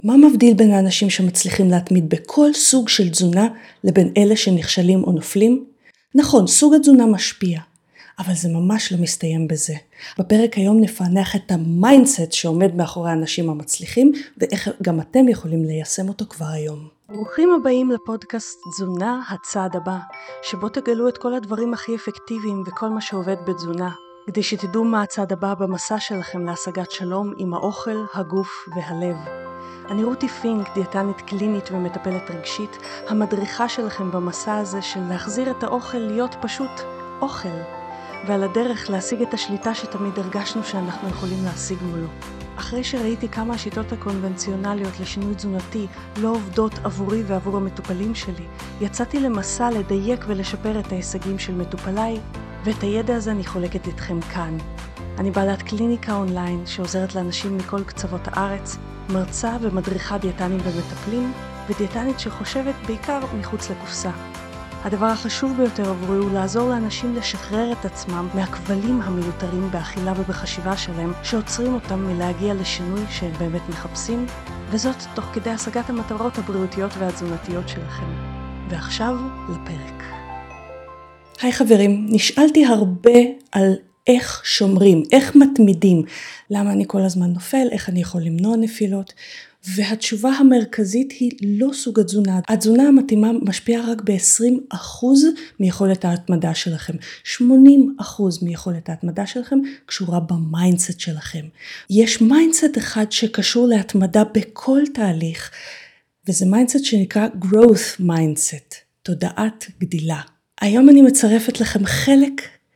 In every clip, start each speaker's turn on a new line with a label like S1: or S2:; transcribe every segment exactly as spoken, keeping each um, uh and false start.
S1: מה מבדיל בין האנשים שמצליחים להתמיד בכל סוג של תזונה לבין אלה שנכשלים או נופלים? נכון, סוג התזונה משפיע, אבל זה ממש לא מסתיים בזה. בפרק היום נפענח את המיינדסט שעומד מאחורי האנשים המצליחים, ואיך גם אתם יכולים ליישם אותו כבר היום. ברוכים הבאים לפודקאסט תזונה הצעד הבא, שבו תגלו את כל הדברים הכי אפקטיביים וכל מה שעובד בתזונה, כדי שתדעו מה הצעד הבא במסע שלכם להשגת שלום עם האוכל, הגוף והלב. אני רותי פינק, דיאטנית קלינית ומטפלת רגשית, המדריכה שלכם במסע הזה של להחזיר את האוכל להיות פשוט אוכל, ועל הדרך להשיג את השליטה שתמיד הרגשנו שאנחנו יכולים להשיג מולו. אחרי שראיתי כמה השיטות הקונבנציונליות לשינוי תזונתי לא עובדות עבורי ועבור המטופלים שלי, יצאתי למסע לדייק ולשפר את ההישגים של מטופליי, ואת הידע הזה אני חולקת איתכם כאן. אני בעלת קליניקה אונליין שעוזרת לאנשים מכל קצוות הארץ, מרצה ומדריכה דיאטנים ומטפלים, ודיאטנית שחושבת בעיקר מחוץ לקופסה. הדבר החשוב ביותר עבורי הוא לעזור לאנשים לשחרר את עצמם מהכבלים המיותרים באכילה ובחשיבה שלהם, שעוצרים אותם מלהגיע לשינוי שהם באמת מחפשים, וזאת תוך כדי השגת המטרות הבריאותיות והתזונתיות שלכם. ועכשיו לפרק. היי חברים, נשאלתי הרבה על איך שומרים, איך מתמידים, למה אני כל הזמן נופל, איך אני יכול למנוע נפילות, והתשובה המרכזית היא לא סוג התזונה. התזונה המתאימה משפיעה רק ב-עשרים אחוז מיכולת ההתמדה שלכם. שמונים אחוז מיכולת ההתמדה שלכם קשורה במיינדסט שלכם. יש מיינדסט אחד שקשור להתמדה בכל תהליך, וזה מיינדסט שנקרא growth mindset, תודעת גדילה. היום אני מצרפת לכם חלק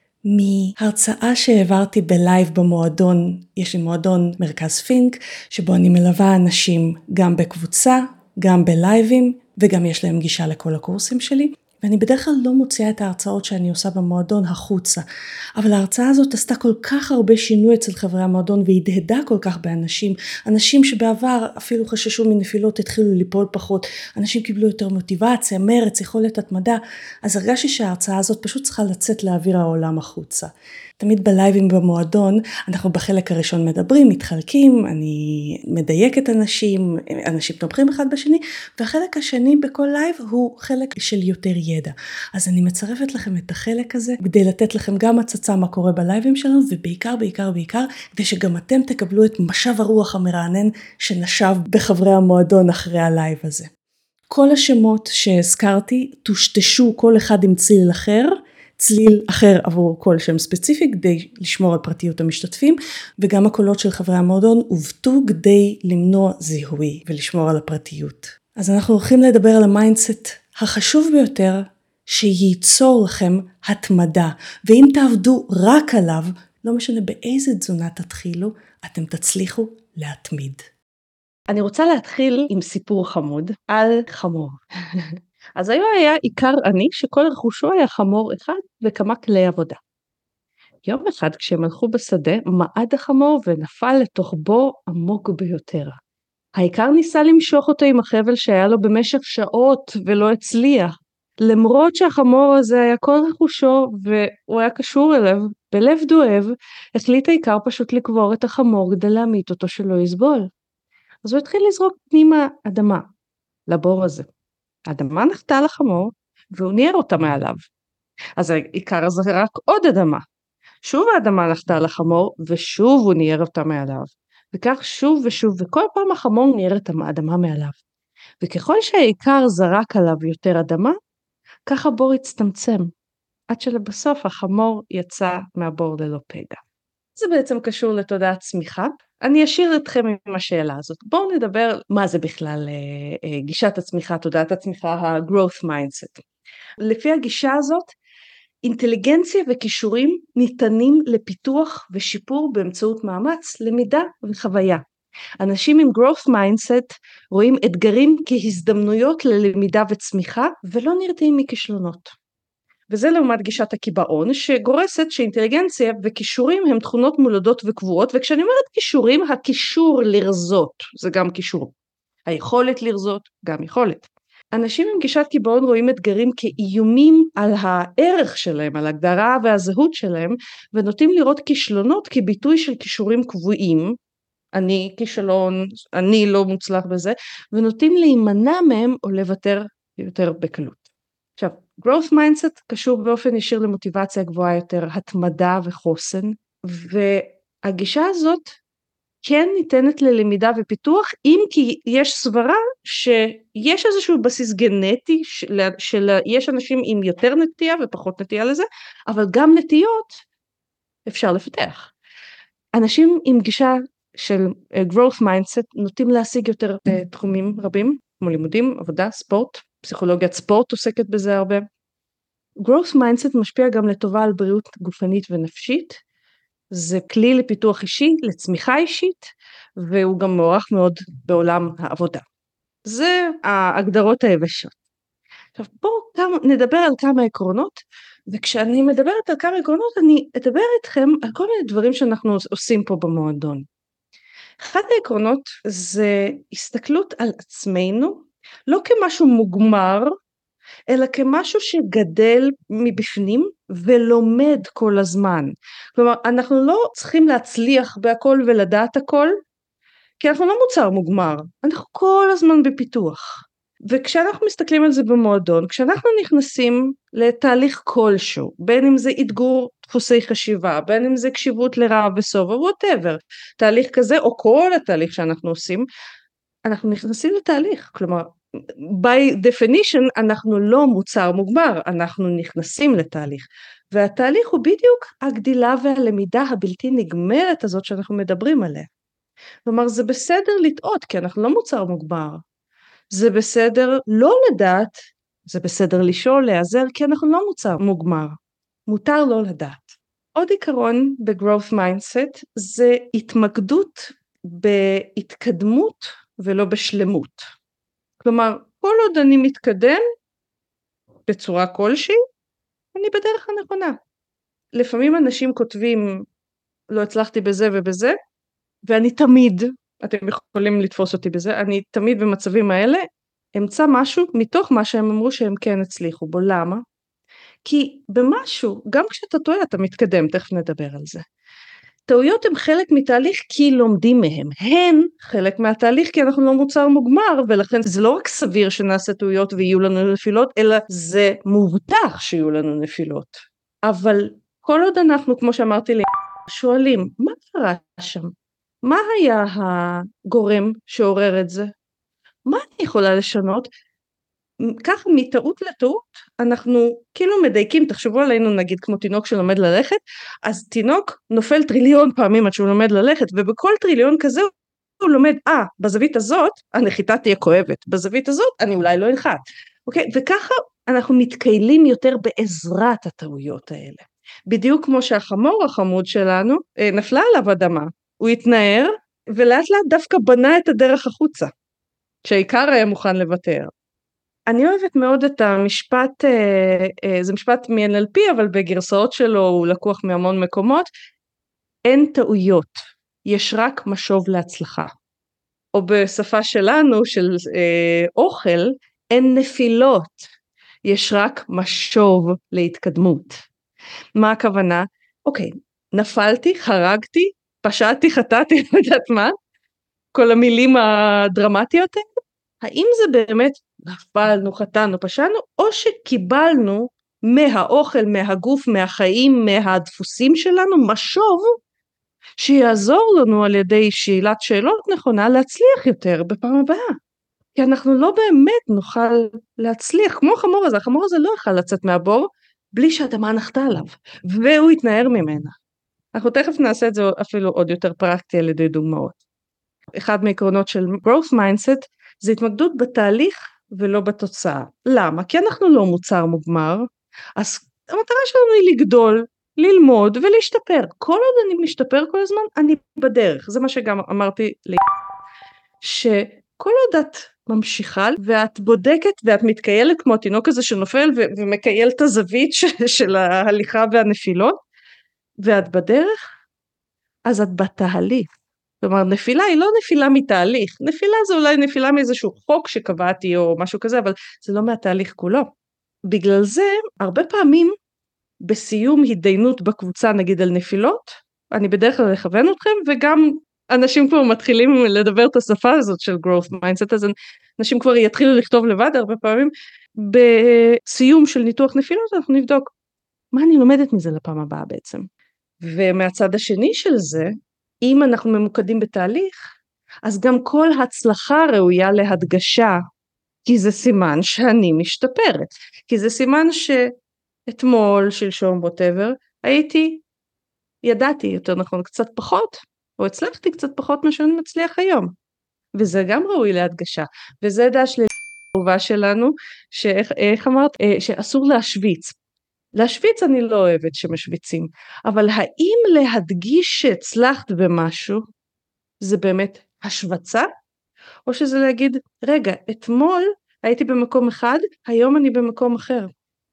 S1: מהרצאה שהעברתי בלייב במועדון, יש לי מועדון מרכז פינק, שבו אני מלווה אנשים גם בקבוצה, גם בלייבים, וגם יש להם גישה לכל הקורסים שלי, ואני בדרך כלל לא מוציאה את ההרצאות שאני עושה במועדון החוצה, אבל ההרצאה הזאת עשתה כל כך הרבה שינוי אצל חברי המועדון, והדהדה כל כך באנשים, אנשים שבעבר אפילו חששו מנפילות התחילו ליפול פחות, אנשים קיבלו יותר מוטיבציה, מרץ, יכולת התמדה, אז הרגשתי שההרצאה הזאת פשוט צריכה לצאת לאוויר העולם החוצה. תמיד בלייבים במועדון, אנחנו בחלק הראשון מדברים, מתחלקים, אני מדייקת אנשים, אנשים תומכים אחד בשני, והחלק השני בכל לייב הוא חלק של יותר ידע. אז אני מצרפת לכם את החלק הזה, כדי לתת לכם גם הצצה מה קורה בלייבים שלנו, ובעיקר, בעיקר, בעיקר, כדי שגם אתם תקבלו את משב הרוח המרענן שנשב בחברי המועדון אחרי הלייב הזה. כל השמות שהזכרתי, תושתשו כל אחד עם צליל אחר, צליל אחר עבור כל שם ספציפי כדי לשמור על פרטיות המשתתפים, וגם הקולות של חברי המועדון עובדו כדי למנוע זיהוי ולשמור על הפרטיות. אז אנחנו הולכים לדבר על המיינדסט החשוב ביותר שייצור לכם התמדה, ואם תעבדו רק עליו, לא משנה באיזה תזונה תתחילו, אתם תצליחו להתמיד. אני רוצה להתחיל עם סיפור חמוד על חמור. אז היום היה עיקר עני שכל רכושו היה חמור אחד וכמה כלי עבודה. יום אחד כשהם הלכו בשדה, מעד החמור ונפל לתוך בור עמוק ביותר. העיקר ניסה למשוך אותו עם החבל שהיה לו במשך שעות ולא הצליח. למרות שהחמור הזה היה כל רכושו והוא היה קשור אליו, בלב דואב, החליט העיקר פשוט לקבור את החמור כדי להמית אותו שלא יסבול. אז הוא התחיל לזרוק פנימה אדמה לבור הזה. האדמה נחתה על החמור, והוא ניער אותה מעליו. אז העיקר זרק עוד אדמה. שוב האדמה נחתה על החמור, ושוב הוא ניער אותה מעליו. וכך שוב ושוב, וכל פעם החמור ניער את האדמה מעליו. וככל שהעיקר זרק עליו יותר אדמה, כך הבור הצטמצם. עד שלבסוף החמור יצא מהבור ללא פגע. זה בעצם קשור לתודעת צמיחה. אני אשאיר אתכם עם השאלה הזאת. בואו נדבר מה זה בכלל אה, אה, גישת הצמיחה, תודעת הצמיחה, ה-growth mindset. לפי הגישה הזאת, אינטליגנציה וכישורים ניתנים לפיתוח ושיפור באמצעות מאמץ, למידה וחוויה. אנשים עם growth mindset רואים אתגרים כהזדמנויות ללמידה וצמיחה, ולא נרתעים מכישלונות. וזה לעומת גישת הקיבעון, שגורסת שאינטליגנציה וכישורים הם תכונות מולדות וקבועות, וכשאני אומרת כישורים, הכישור לרזות, זה גם כישור. היכולת לרזות, גם יכולת. אנשים עם גישת קיבעון רואים אתגרים כאיומים על הערך שלהם, על ההגדרה והזהות שלהם, ונוטים לראות כישלונות כביטוי של כישורים קבועים, אני כישלון, אני לא מוצלח בזה, ונוטים להימנע מהם או לוותר יותר בקלות. עכשיו, growth mindset קשור באופן ישיר למוטיבציה גבוהה יותר, התמדה וחוסן, והגישה הזאת כן ניתנת ללמידה ופיתוח, אם כי יש סברה שיש איזשהו בסיס גנטי, של, של, יש אנשים עם יותר נטייה ופחות נטייה לזה, אבל גם נטיות אפשר לפתח. אנשים עם גישה של growth mindset נוטים להשיג יותר תחומים רבים, כמו לימודים, עבודה, ספורט, פסיכולוגיית ספורט עוסקת בזה הרבה. growth mindset משפיע גם לטובה על בריאות גופנית ונפשית, זה כלי לפיתוח אישי, לצמיחה אישית, והוא גם מוערך מאוד בעולם העבודה. זה ההגדרות היבשות. עכשיו בואו נדבר על כמה עקרונות, וכשאני מדברת על כמה עקרונות אני אדבר איתכם על כל מיני דברים שאנחנו עושים פה במועדון. אחד העקרונות זה הסתכלות על עצמנו, לא כמשהו מוגמר, אלא כמשהו שגדל מבפנים ולומד כל הזמן. כלומר, אנחנו לא צריכים להצליח בהכל ולדעת הכל, כי אנחנו לא מוצר מוגמר, אנחנו כל הזמן בפיתוח. וכשאנחנו מסתכלים על זה במועדון, כשאנחנו נכנסים לתהליך כלשהו, בין אם זה אתגור דפוסי חשיבה, בין אם זה קשיבות לרעב וסובה, whatever, תהליך כזה או כל התהליך שאנחנו עושים, אנחנו נכנסים לתהליך, כלומר, by definition אנחנו לא מוצר מוגמר, אנחנו נכנסים לתהליך, והתהליך הוא בדיוק הגדילה והלמידה הבלתי נגמרת הזאת שאנחנו מדברים עליה. כלומר זה בסדר לטעות כי אנחנו לא מוצר מוגמר, זה בסדר לא לדעת, זה בסדר לשאול, להיעזר, כי אנחנו לא מוצר מוגמר, מותר לא לדעת. עוד עיקרון ב-growth mindset זה התמקדות בהתקדמות ולא בשלמות. כלומר, כל עוד אני מתקדם בצורה כלשהי, אני בדרך הנכונה. לפעמים אנשים כותבים, לא הצלחתי בזה ובזה, ואני תמיד, אתם יכולים לתפוס אותי בזה, אני תמיד במצבים האלה, אמצא משהו מתוך מה שהם אמרו שהם כן הצליחו בו. למה? כי במשהו, גם כשאתה טועה אתה מתקדם, תכף נדבר על זה. טעויות הן חלק מתהליך כי לומדים מהם, הן חלק מהתהליך כי אנחנו לא מוצר מוגמר, ולכן זה לא רק סביר שנעשה טעויות ויהיו לנו נפילות, אלא זה מובטח שיהיו לנו נפילות. אבל כל עוד אנחנו, כמו שאמרתי לי, שואלים, מה קרה שם? מה היה הגורם שעורר את זה? מה אני יכולה לשנות? ככה מטעות לטעות אנחנו כאילו מדייקים, תחשבו עלינו נגיד כמו תינוק שלומד ללכת, אז תינוק נופל טריליון פעמים עד שהוא לומד ללכת, ובכל טריליון כזה הוא לומד, אה, בזווית הזאת הנחיתה תהיה כואבת, בזווית הזאת אני אולי לא אנחת, אוקיי? וככה אנחנו מתקיילים יותר בעזרת הטעויות האלה, בדיוק כמו שהחמור החמוד שלנו נפלה עליו אדמה, הוא התנער ולאט לאט דווקא בנה את הדרך החוצה, שהעיקר היה מוכן לוותר. אני אוהבת מאוד את המשפט, זה משפט מ-אן אל פי, אבל בגרסאות שלו הוא לקוח מהמון מקומות, אין טעויות, יש רק משוב להצלחה. או בשפה שלנו, של אה, אוכל, אין נפילות, יש רק משוב להתקדמות. מה הכוונה? אוקיי, נפלתי, חרגתי, פשעתי, חטאתי, לא יודעת מה, כל המילים הדרמטיות האלה, האם זה באמת נפלנו, חטאנו, פשענו, או שקיבלנו מהאוכל, מהגוף, מהחיים, מהדפוסים שלנו, משוב שיעזור לנו על ידי שאלת שאלות נכונה להצליח יותר בפעם הבאה. כי אנחנו לא באמת נוכל להצליח, כמו החמור הזה, החמור הזה לא יוכל לצאת מהבור בלי שהאדמה נחתה עליו, והוא יתנער ממנה. אנחנו תכף נעשה את זה אפילו עוד יותר פרקטי על ידי דוגמאות. אחד מעקרונות של growth mindset זה התמקדות בתהליך ולא בתוצאה. למה? כי אנחנו לא מוצר מוגמר, אז המטרה שלנו היא לגדול, ללמוד ולהשתפר. כל עוד אני משתפר כל הזמן, אני בדרך. זה מה שגם אמרתי לי, שכל עוד את ממשיכה ואת בודקת ואת מתקיילת כמו התינוק הזה שנופל ו- ומקייל את הזווית ש- של ההליכה והנפילות, ואת בדרך, אז את בתהליך. כלומר, נפילה היא לא נפילה מתהליך, נפילה זה אולי נפילה מאיזשהו חוק שקבעתי או משהו כזה, אבל זה לא מהתהליך כולו. בגלל זה, הרבה פעמים, בסיום התדיינות בקבוצה נגיד על נפילות, אני בדרך כלל לכוון אתכם, וגם אנשים כבר מתחילים לדבר את השפה הזאת של growth mindset, אז אנשים כבר יתחילו לכתוב לבד הרבה פעמים. בסיום של ניתוח נפילות אנחנו נבדוק מה אני לומדת מזה לפעם הבאה בעצם. ומהצד השני של זה, אם אנחנו ממוקדים בתהליך, אז גם כל הצלחה ראויה להדגשה, כי זה סימן שאני משתפרת, כי זה סימן שאתמול, שלשום, whatever, הייתי, ידעתי יותר נכון קצת פחות, או הצלחתי קצת פחות מה שאני מצליח היום, וזה גם ראוי להדגשה, וזה דש לתגובה שלנו, שאיך איך אמרת, שאסור להשוויץ, להשוויץ אני לא אוהבת שמשוויצים, אבל האם להדגיש שהצלחת במשהו, זה באמת השווצה, או שזה להגיד, רגע, אתמול הייתי במקום אחד, היום אני במקום אחר.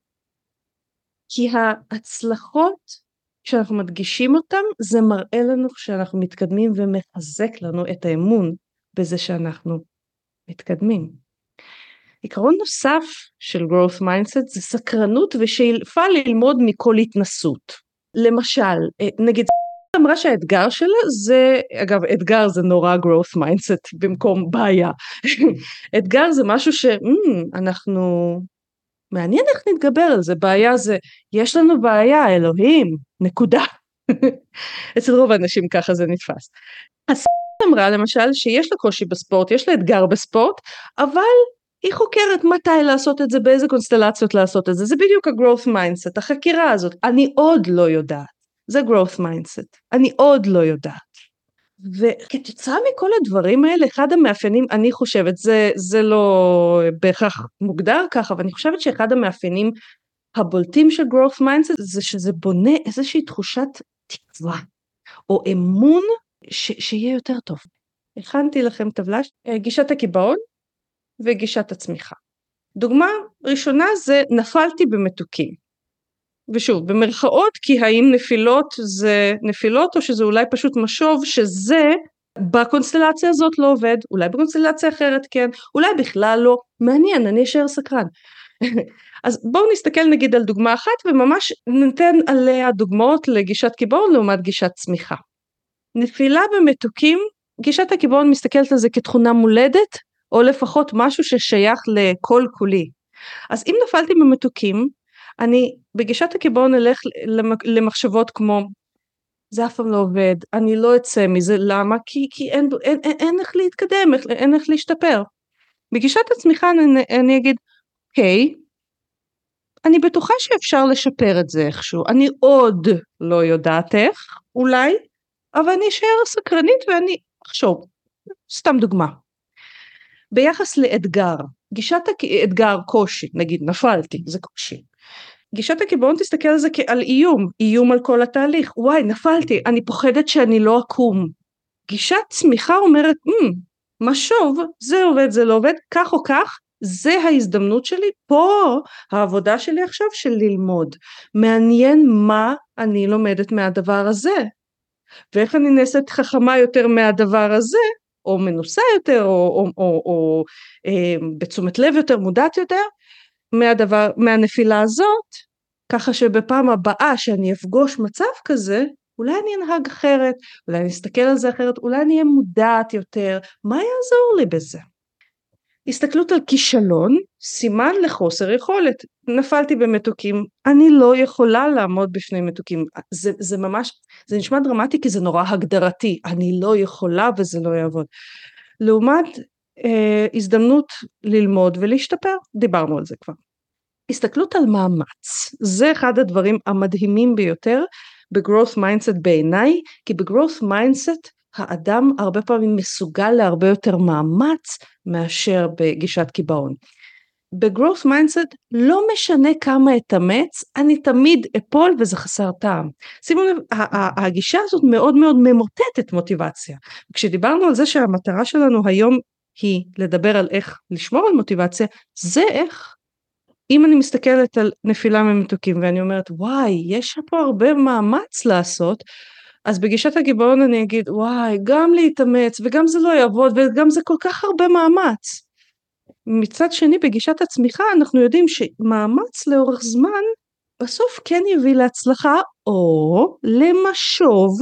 S1: כי ההצלחות, כשאנחנו מדגישים אותם, זה מראה לנו שאנחנו מתקדמים ומחזק לנו את האמון בזה שאנחנו מתקדמים. עיקרון נוסף של growth mindset זה סקרנות ושאיפה ללמוד מכל התנסות. למשל, נגיד אמרה שהאתגר שלה זה, אגב אתגר זה נורא growth mindset במקום בעיה. אתגר זה משהו שאנחנו, מעניין איך נתגבר על זה, בעיה זה, יש לנו בעיה אלוהים, נקודה. אצל רוב האנשים ככה זה נתפס. אז אמרה למשל שיש לה קושי בספורט, יש לה אתגר בספורט, אבל היא חוקרת מתי לעשות את זה, באיזה קונסטלציות לעשות את זה, זה בדיוק ה-growth mindset, החקירה הזאת, אני עוד לא יודעת, זה growth mindset, אני עוד לא יודעת. וכתוצאה מכל הדברים האלה, אחד המאפיינים, אני חושבת, זה, זה לא בהכרח מוגדר ככה, אבל אני חושבת שאחד המאפיינים הבולטים של growth mindset, זה שזה בונה איזושהי תחושת תקווה, או אמון ש, שיהיה יותר טוב. הכנתי לכם טבלה, גישת הקיבעון, וגישת הצמיחה. דוגמה ראשונה זה נפלתי במתוקים. ושוב, במרכאות, כי האם נפילות זה נפילות, או שזה אולי פשוט משוב שזה בקונסטלציה הזאת לא עובד, אולי בקונסטלציה אחרת כן, אולי בכלל לא, מעניין, אני אשאר סקרן. אז בואו נסתכל נגיד על דוגמה אחת, וממש ניתן עליה דוגמאות לגישת קיבעון לעומת גישת צמיחה. נפילה במתוקים, גישת הקיבעון מסתכלת על זה כתכונה מולדת, או לפחות משהו ששייך לכל כולי. אז אם נפלתי במתוקים, אני בגישת הקיבעון אלך למחשבות כמו, זה אף פעם לא עובד, אני לא אצא מזה, למה? כי, כי אין, אין, אין, אין איך להתקדם, אין איך להשתפר. בגישת הצמיחה אני, אני אגיד, אוקיי, אני בטוחה שאפשר לשפר את זה איכשהו, אני עוד לא יודעת איך, אולי, אבל אני אשאר סקרנית ואני אחשוב, סתם דוגמה. ביחס לאתגר, גישת האתגר קושי, נגיד נפלתי, זה קושי. גישת הקיבעון תסתכל על זה כעל איום, איום על כל התהליך, וואי נפלתי, אני פוחדת שאני לא אקום. גישת צמיחה אומרת, mm, משוב, זה עובד, זה לא עובד, כך או כך, זה ההזדמנות שלי, פה העבודה שלי עכשיו של ללמוד. מעניין מה אני לומדת מהדבר הזה, ואיך אני נעשית חכמה יותר מהדבר הזה, או מנוסה יותר, או, או, או, או אה, בתשומת לב יותר, מודעת יותר, מהדבר, מהנפילה הזאת, ככה שבפעם הבאה שאני אפגוש מצב כזה, אולי אני אנהג אחרת, אולי אני אסתכל על זה אחרת, אולי אני אהיה מודעת יותר, מה יעזור לי בזה? הסתכלות על כישלון, סימן לחוסר יכולת, נפלתי במתוקים, אני לא יכולה לעמוד בפני מתוקים, זה, זה ממש, זה נשמע דרמטי כי זה נורא הגדרתי, אני לא יכולה וזה לא יעבוד. לעומת אה, הזדמנות ללמוד ולהשתפר, דיברנו על זה כבר. הסתכלות על מאמץ, זה אחד הדברים המדהימים ביותר ב-growth mindset בעיניי, כי ב-growth mindset האדם הרבה פעמים מסוגל להרבה יותר מאמץ מאשר בגישת קיבעון. ב-growth mindset לא משנה כמה אתאמץ, אני תמיד אפול וזה חסר טעם. שימו לב, הגישה הזאת מאוד מאוד ממוטטת מוטיבציה. כשדיברנו על זה שהמטרה שלנו היום היא לדבר על איך לשמור על מוטיבציה, זה איך. אם אני מסתכלת על נפילה ממתוקים ואני אומרת וואי יש פה הרבה מאמץ לעשות, אז בגישת הקיבעון אני אגיד וואי גם להתאמץ וגם זה לא יעבוד וגם זה כל כך הרבה מאמץ. מצד שני בגישת הצמיחה אנחנו יודעים שמאמץ לאורך זמן בסוף כן יביא להצלחה או למשוב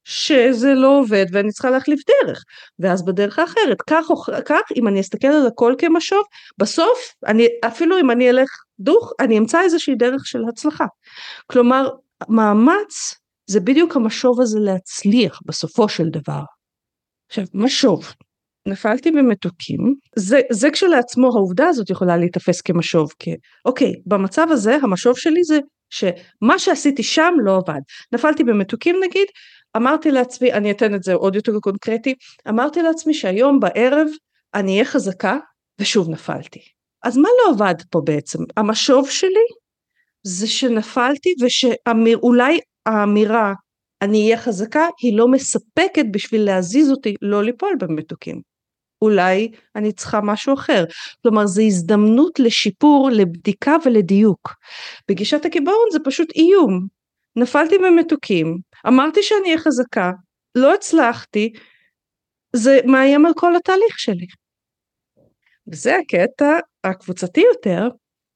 S2: שזה לא עובד ואני צריכה להחליף דרך, ואז בדרך האחרת, כך או כך, אם אני אסתכל על הכל כמשוב, בסוף, אני, אפילו אם אני אלך דוך, אני אמצא איזושהי דרך של הצלחה. כלומר, מאמץ זה בדיוק המשוב הזה להצליח בסופו של דבר. עכשיו, משוב, נפלתי במתוקים, זה, זה כשלעצמו העובדה הזאת יכולה להתאפס כמשוב, כי אוקיי, במצב הזה המשוב שלי זה שמה שעשיתי שם לא עבד. נפלתי במתוקים נגיד, אמרתי לעצמי, אני אתן את זה עוד יותר קונקרטי, אמרתי לעצמי שהיום בערב אני אהיה חזקה ושוב נפלתי. אז מה לא עבד פה בעצם? המשוב שלי זה שנפלתי ושאולי האמירה אני אהיה חזקה היא לא מספקת בשביל להזיז אותי לא ליפול במתוקים. אולי אני צריכה משהו אחר. כלומר, זו הזדמנות לשיפור, לבדיקה ולדיוק. בגישת הקיבעון זה פשוט איום. נפלתי במתוקים, אמרתי שאני אהיה חזקה, לא הצלחתי, זה מאיים על כל התהליך שלי. וזה הקטע הקבוצתי יותר,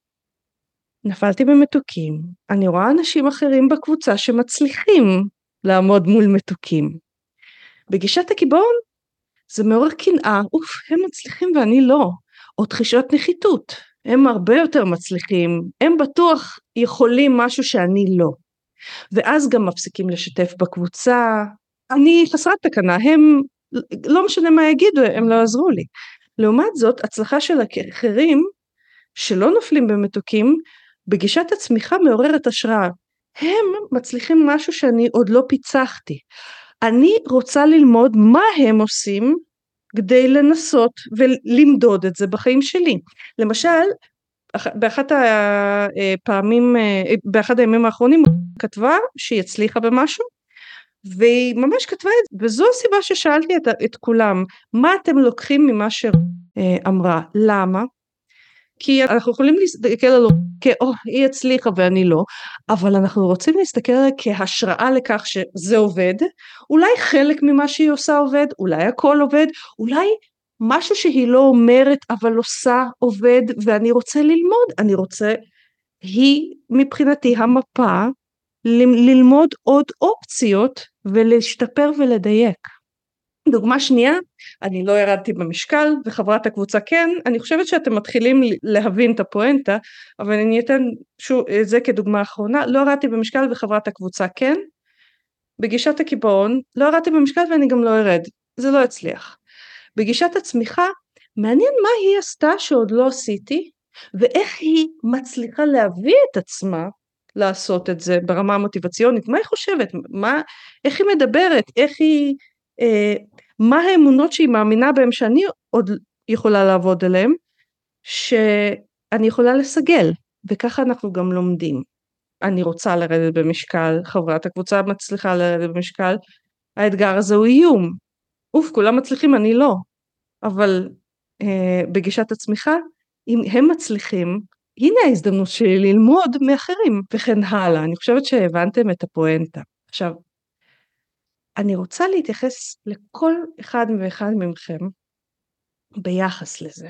S2: נפלתי במתוקים, אני רואה אנשים אחרים בקבוצה שמצליחים לעמוד מול מתוקים. בגישת הקיבעון, זה מעורר קנאה, אוף, הם מצליחים ואני לא, או תחישת נחיתות, הם הרבה יותר מצליחים, הם בטוח יכולים משהו שאני לא, ואז גם מפסיקים לשתף בקבוצה, אני חסרת תקנה, הם, לא משנה מה יגידו, הם לא עזרו לי. לעומת זאת, הצלחה של האחרים, שלא נופלים במתוקים, בגישת הצמיחה מעוררת השראה, הם מצליחים משהו שאני עוד לא פיצחתי, אני רוצה ללמוד מה הם עושים, כדי לנסות ולמדוד את זה בחיים שלי. למשל, באחת הפעמים, באחד הימים האחרונים, כתבה שהיא הצליחה במשהו, והיא ממש כתבה את זה, וזו הסיבה ששאלתי את, את כולם, מה אתם לוקחים ממה שאמרה? למה? כי אנחנו יכולים להסתכל עליה כאו, היא הצליחה ואני לא, אבל אנחנו רוצים להסתכל עליה כהשראה לכך שזה עובד, אולי חלק ממה שהיא עושה עובד, אולי הכל עובד, אולי משהו שהיא לא אומרת אבל עושה עובד, ואני רוצה ללמוד, אני רוצה, היא מבחינתי המפה, ללמוד עוד אופציות ולהשתפר ולדייק. דוגמה שנייה, אני לא ירדתי במשקל וחברת הקבוצה כן, אני חושבת שאתם מתחילים להבין את הפואנטה, אבל אני אתן שוב את זה כדוגמה אחרונה, לא ירדתי במשקל וחברת הקבוצה כן, בגישת הקיבעון, לא ירדתי במשקל ואני גם לא ארד, זה לא הצליח. בגישת הצמיחה, מעניין מה היא עשתה שעוד לא עשיתי, ואיך היא מצליחה להביא את עצמה לעשות את זה ברמה המוטיבציונית, מה היא חושבת, מה, איך היא מדברת, איך היא, אה, מה האמונות שהיא מאמינה בהם שאני עוד יכולה לעבוד עליהם, שאני יכולה לסגל, וככה אנחנו גם לומדים. אני רוצה לרדת במשקל, חברת הקבוצה מצליחה לרדת במשקל, האתגר הזה הוא איום, אוף, כולם מצליחים, אני לא, אבל אה, בגישת הצמיחה, אם הם מצליחים, הנה ההזדמנות שלי ללמוד מאחרים, וכן הלאה. אני חושבת שהבנתם את הפואנטה. עכשיו, אני רוצה להתייחס לכל אחד ואחד מכם ביחס לזה.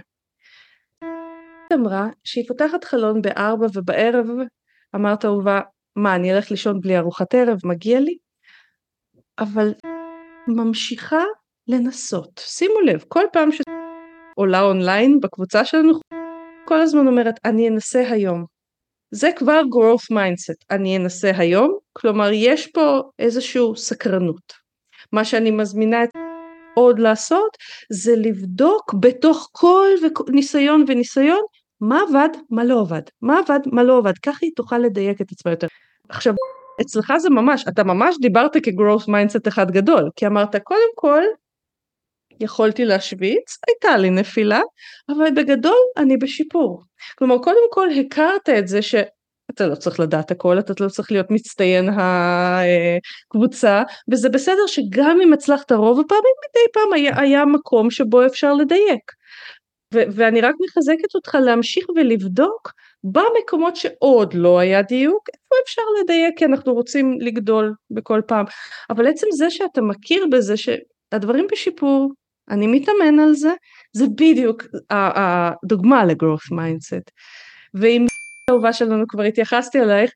S2: אמרה שהיא פותחת חלון בארבע ובערב, אמרת אהובה, מה, אני אלך לישון בלי ארוחת ערב, מגיע לי? אבל ממשיכה לנסות. שימו לב, כל פעם שעולה אונליין בקבוצה שלנו, כל הזמן אומרת, אני אנסה היום. זה כבר growth mindset, אני אנסה היום, כלומר יש פה איזשהו סקרנות. מה שאני מזמינה את עוד לעשות, זה לבדוק בתוך כל ניסיון וניסיון, מה עבד, מה לא עבד, מה עבד, מה לא עבד, ככה היא תוכל לדייק את עצמה יותר. עכשיו, אצלך זה ממש, אתה ממש דיברת כ-growth mindset אחד גדול, כי אמרת קודם כל, יכולתי להשוויץ, הייתה לי נפילה, אבל בגדול אני בשיפור. כלומר, קודם כל הכרת את זה שאתה לא צריך לדעת הכל, אתה לא צריך להיות מצטיין הקבוצה, וזה בסדר שגם אם הצלחת רוב הפעמים, מדי פעם היה, היה מקום שבו אפשר לדייק. ו- ואני רק מחזקת אותך להמשיך ולבדוק במקומות שעוד לא היה דיוק, איפה אפשר לדייק, כי אנחנו רוצים לגדול בכל פעם. אבל עצם זה שאתה מכיר בזה שהדברים בשיפור, אני מתאמן על זה, זה בדיוק הדוגמה ל-growth mindset. ואם האהובה שלנו כבר התייחסתי עלייך,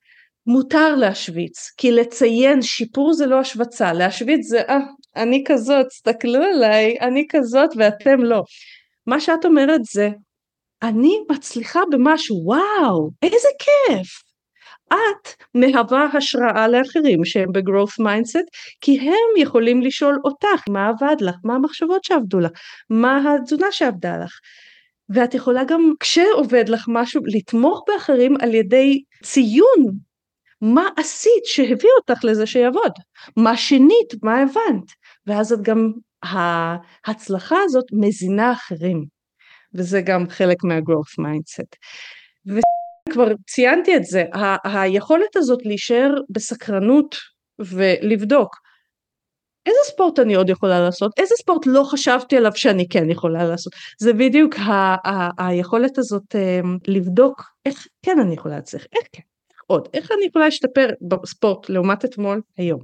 S2: מותר להשוויץ, כי לציין שיפור זה לא השווצה, להשוויץ זה, אה, אני כזאת, תסתכלו עליי, אני כזאת ואתם לא. מה שאת אומרת זה, אני מצליחה במשהו, וואו, איזה כיף. את מהווה השראה לאחרים שהם ב-growth mindset, כי הם יכולים לשאול אותך מה עבד לך, מה המחשבות שעבדו לך, מה התזונה שעבדה לך. ואת יכולה גם כשעובד לך משהו לתמוך באחרים על ידי ציון מה עשית שהביא אותך לזה שיעבוד, מה שינית, מה הבנת, ואז את גם ההצלחה הזאת מזינה אחרים, וזה גם חלק מה-growth mindset. וכבר ציינתי את זה, ה- היכולת הזאת להישאר בסקרנות ולבדוק, איזה ספורט אני עוד יכולה לעשות, איזה ספורט לא חשבתי עליו שאני כן יכולה לעשות, זה בדיוק ה- ה- היכולת הזאת לבדוק איך כן אני יכולה להצליח, איך כן. עוד, איך אני יכולה להשתפר בספורט לעומת אתמול היום.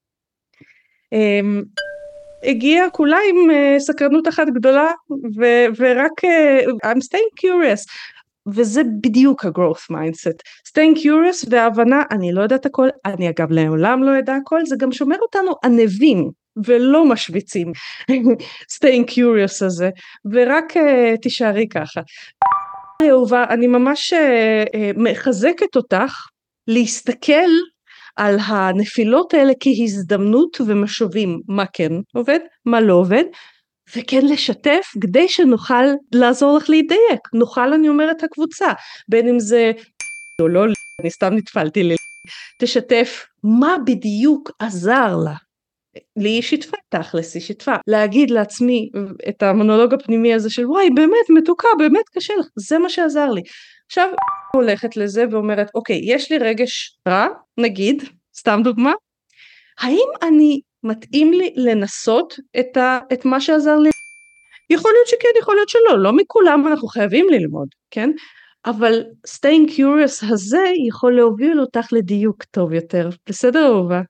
S2: Um, הגיעה כולה עם uh, סקרנות אחת גדולה ו- ורק uh, I'm staying curious, וזה בדיוק ה-growth mindset, staying curious וההבנה אני לא יודעת הכל, אני אגב לעולם לא יודע הכל, זה גם שומר אותנו ענבים ולא משוויצים staying curious הזה, ורק uh, תישארי ככה. אהובה, אני ממש uh, uh, מחזקת אותך להסתכל על הנפילות האלה כהזדמנות ומשובים, מה כן עובד, מה לא עובד, וכן לשתף כדי שנוכל לעזור לך להידייק, נוכל אני אומרת הקבוצה, בין אם זה או לא, אני סתם נטפלתי לי, תשתף מה בדיוק עזר לה, לי היא שיתפה, תכלס היא שיתפה, להגיד לעצמי את המונולוג הפנימי הזה של וואי באמת מתוקה, באמת קשה לך, זה מה שעזר לי, עכשיו הולכת לזה ואומרת אוקיי יש לי רגש רע נגיד סתם דוגמה, האם אני מתאים לי לנסות את, ה, את מה שעזר לי, יכול להיות שכן יכול להיות שלא, לא מכולם אנחנו חייבים ללמוד כן, אבל staying curious הזה יכול להוביל אותך לדיוק טוב יותר, בסדר אהובה?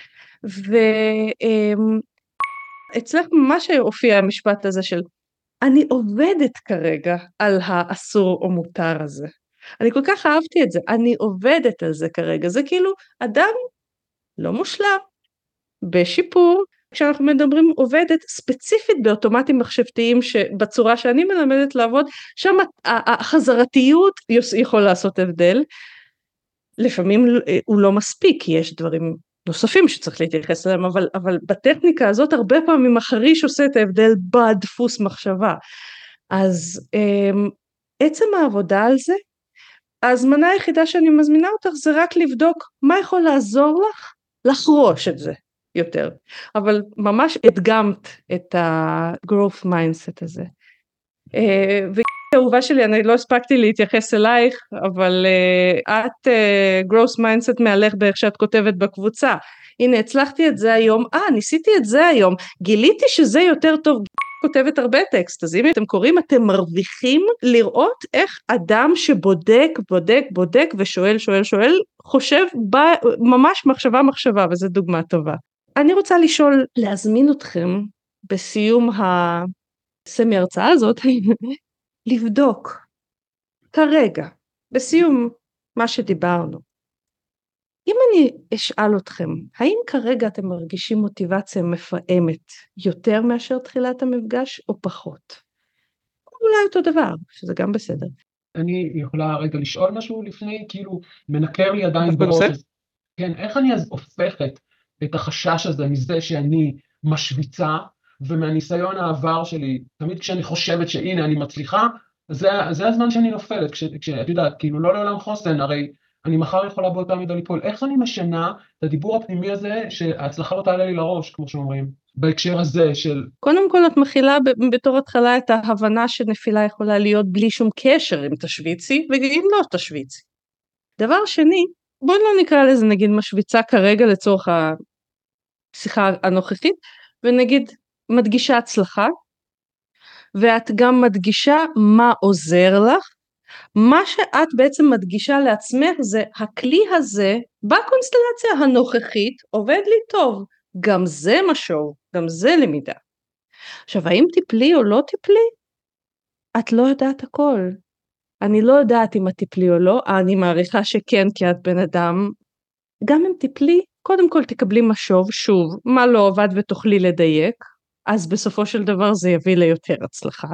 S2: ואצלך ממש הופיע המשפט הזה של אני עובדת כרגע על האסור או מותר הזה, אני כל כך אהבתי את זה, אני עובדת על זה כרגע, זה כאילו אדם לא מושלם, בשיפור, כשאנחנו מדברים עובדת ספציפית באוטומטים מחשבתיים שבצורה שאני מלמדת לעבוד, שם החזרתיות יכול לעשות הבדל, לפעמים הוא לא מספיק, כי יש דברים נוספים שצריך להתייחס אליהם, אבל, אבל בטכניקה הזאת הרבה פעמים החריש עושה את ההבדל בדפוס מחשבה, אז עצם העבודה על זה, ההזמנה היחידה שאני מזמינה אותך זה רק לבדוק מה יכול לעזור לך לחרוש את זה יותר, אבל ממש הדגמת את ה-growth mindset הזה. ואהובה שלי, אני לא הספקתי להתייחס אלייך, אבל את growth mindset מהלך באיך שאת כותבת בקבוצה, הנה הצלחתי את זה היום, אה ניסיתי את זה היום, גיליתי שזה יותר טוב, כותבת הרבה טקסט, אז אם אתם קוראים אתם מרוויחים לראות איך אדם שבודק בודק בודק ושואל שואל שואל חושב ממש מחשבה מחשבה, וזו דוגמה טובה. אני רוצה לשאול, להזמין אתכם בסיום הסמי הרצאה הזאת לבדוק כרגע בסיום מה שדיברנו, אם אני אשאל אתכם, האם כרגע אתם מרגישים מוטיבציה מפעמת יותר מאשר תחילת המפגש או פחות? אולי אותו דבר, שזה גם בסדר.
S3: אני יכולה רגע לשאול משהו לפני, כאילו מנקר לי עדיין בראש, אז, כן, איך אני אז הופכת את החשש הזה מזה שאני משוויצה, ומהניסיון העבר שלי, תמיד כשאני חושבת שהנה אני מצליחה, זה, זה הזמן שאני נופלת, כש, כשאת יודעת, כאילו לא לעולם חוסן, הרי אני מחר יכולה באותה מידה ליפול, איך אני משנה את הדיבור הפנימי הזה, שההצלחה לא תעלה לי לראש, כמו שאומרים, בהקשר הזה של...
S2: קודם כל את מכילה בתור התחלה את ההבנה שנפילה יכולה להיות בלי שום קשר עם תשוויצי, ואם לא תשוויצי. דבר שני, בואי לא נקרא לזה נגיד משוויצה כרגע לצורך השיחה הנוכחית, ונגיד מדגישה הצלחה, ואת גם מדגישה מה עוזר לך, מה שאת בעצם מדגישה לעצמך זה הכלי הזה בקונסטלציה הנוכחית עובד לי טוב, גם זה משהו, גם זה למידה. עכשיו האם תיפלי או לא תיפלי? את לא יודעת הכל, אני לא יודעת אם את תיפלי או לא, אני מעריכה שכן כי את בן אדם גם אם תפלי, קודם כל תקבלי משוב, שוב, מה לא עבד ותוכלי לדייק, אז בסופו של דבר זה יביא ליותר הצלחה,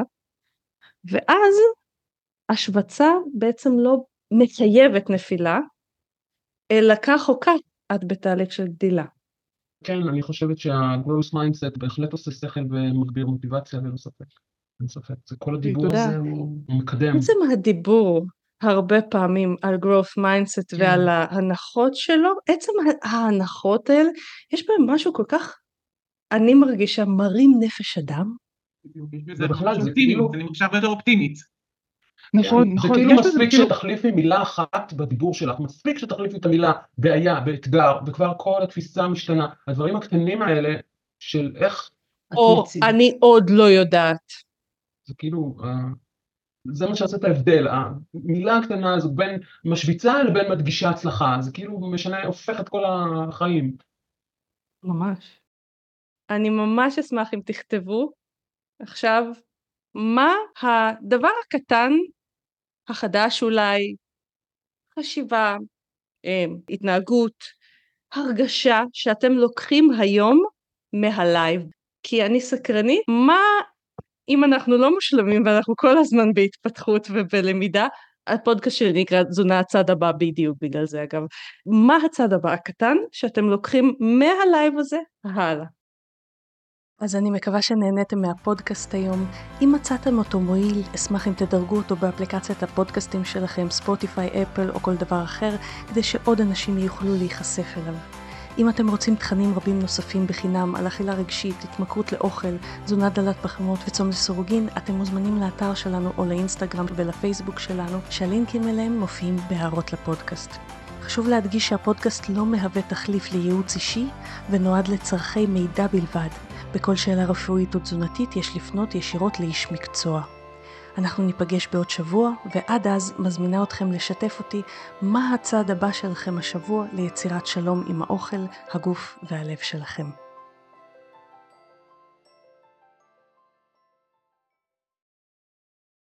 S2: ואז השבצה בעצם לא מחייבת נפילה, אלא כך או כך את בתהליך של גדילה.
S3: כן, אני חושבת שה-growth mindset בהחלט עושה שכל ומגביר מוטיבציה, ללא ספק. אין ספק, זה כל הדיבור הזה הוא מקדם.
S2: בעצם הדיבור הרבה פעמים על growth mindset ועל ההנחות שלו, עצם ההנחות האלה, יש בהם משהו כל כך, אני מרגישה מרים נפש אדם.
S3: זה בכלל, זה כאילו...
S4: אני מרגישה הרבה יותר אופטימית.
S3: נכון, נכון. זה כאילו מספיק שתחליפי מילה אחת בדיבור שלך, מספיק שתחליפי את המילה בעיה, באתגר, וכבר כל התפיסה משתנה. הדברים הקטנים האלה של איך...
S2: או אני עוד לא יודעת.
S3: זה כאילו, זה מה שעושה את ההבדל, המילה הקטנה הזו בין משוויצה לבין מדגישה הצלחה, זה כאילו משנה, הופך את כל החיים.
S2: ממש. אני ממש אשמח אם תכתבו עכשיו, מה הדבר הקטן, החדש אולי, חשיבה, התנהגות, הרגשה שאתם לוקחים היום מהלייב, כי אני סקרנית, מה אם אנחנו לא מושלמים ואנחנו כל הזמן בהתפתחות ובלמידה, הפודקאסט שלי נקרא תזונה הצד הבא בדיוק בגלל זה אגב, מה הצד הבא הקטן שאתם לוקחים מהלייב הזה הלאה? אז אני מקווה שנהניתם מהפודקאסט היום. אם מצאתם אותו מועיל, אשמח אם תדרגו אותו באפליקציית הפודקאסטים שלכם, ספוטיפיי, אפל או כל דבר אחר, כדי שעוד אנשים יוכלו להיחשף אליו. אם אתם רוצים תכנים רבים נוספים בחינם על אכילה רגשית, התמכרות לאוכל, תזונה דלת פחמימות וצום לסירוגין, אתם מוזמנים לאתר שלנו או לאינסטגרם ולפייסבוק שלנו, שהלינקים אליהם מופיעים בהערות לפודקאסט. חשוב להדגיש שהפודקאסט לא מהווה תחליף לייעוץ אישי ונועד לצרכי מידע בלבד. בכל שאלה רפואית או תזונתית יש לפנות ישירות לאיש מקצוע. אנחנו ניפגש בעוד שבוע, ועד אז מזמינה אתכם לשתף אותי מה הצעד הבא שלכם השבוע ליצירת שלום עם האוכל, הגוף והלב שלכם.